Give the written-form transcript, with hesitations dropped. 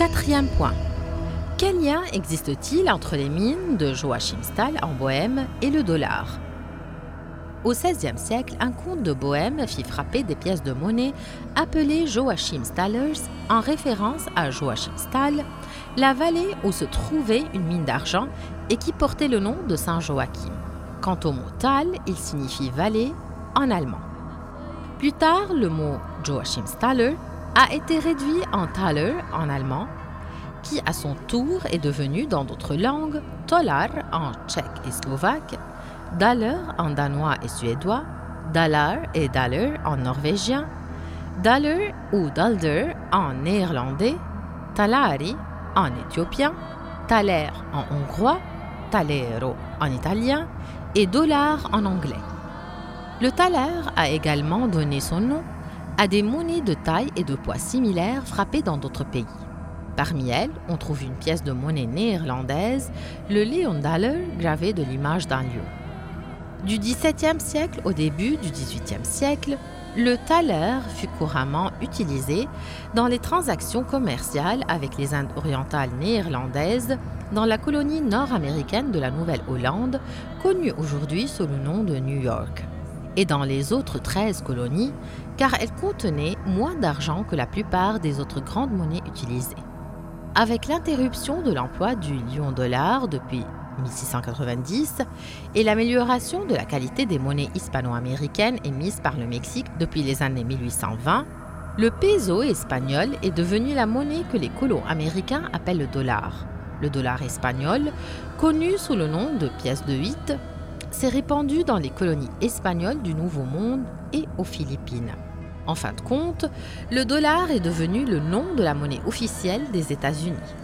Quatrième point. Quel lien existe-t-il entre les mines de Joachimsthal en Bohême et le dollar ? Au XVIe siècle, un comte de Bohême fit frapper des pièces de monnaie appelées Joachimsthalers en référence à Joachimsthal, la vallée où se trouvait une mine d'argent et qui portait le nom de Saint Joachim. Quant au mot Thal, il signifie vallée en allemand. Plus tard, le mot Joachimsthaler a été réduit en Thaler en allemand, qui à son tour est devenu dans d'autres langues Tolar en tchèque et slovaque, Daler en danois et suédois, Dalar et Daler en norvégien, Daler ou Dalder en néerlandais, Talari en éthiopien, Thaler en hongrois, Talero en italien et dollar en anglais. Le thaler a également donné son nom à des monnaies de taille et de poids similaires frappées dans d'autres pays. Parmi elles, on trouve une pièce de monnaie néerlandaise, le Leondaler, gravé de l'image d'un lion. Du XVIIe siècle au début du XVIIIe siècle, le thaler fut couramment utilisé dans les transactions commerciales avec les Indes orientales néerlandaises dans la colonie nord-américaine de la Nouvelle-Hollande, connue aujourd'hui sous le nom de New York, et dans les autres 13 colonies, car elle contenait moins d'argent que la plupart des autres grandes monnaies utilisées. Avec l'interruption de l'emploi du lion-dollar depuis 1690 et l'amélioration de la qualité des monnaies hispano-américaines émises par le Mexique depuis les années 1820, le peso espagnol est devenu la monnaie que les colons américains appellent le dollar. Le dollar espagnol, connu sous le nom de pièce de 8, s'est répandu dans les colonies espagnoles du Nouveau Monde et aux Philippines. En fin de compte, le dollar est devenu le nom de la monnaie officielle des États-Unis.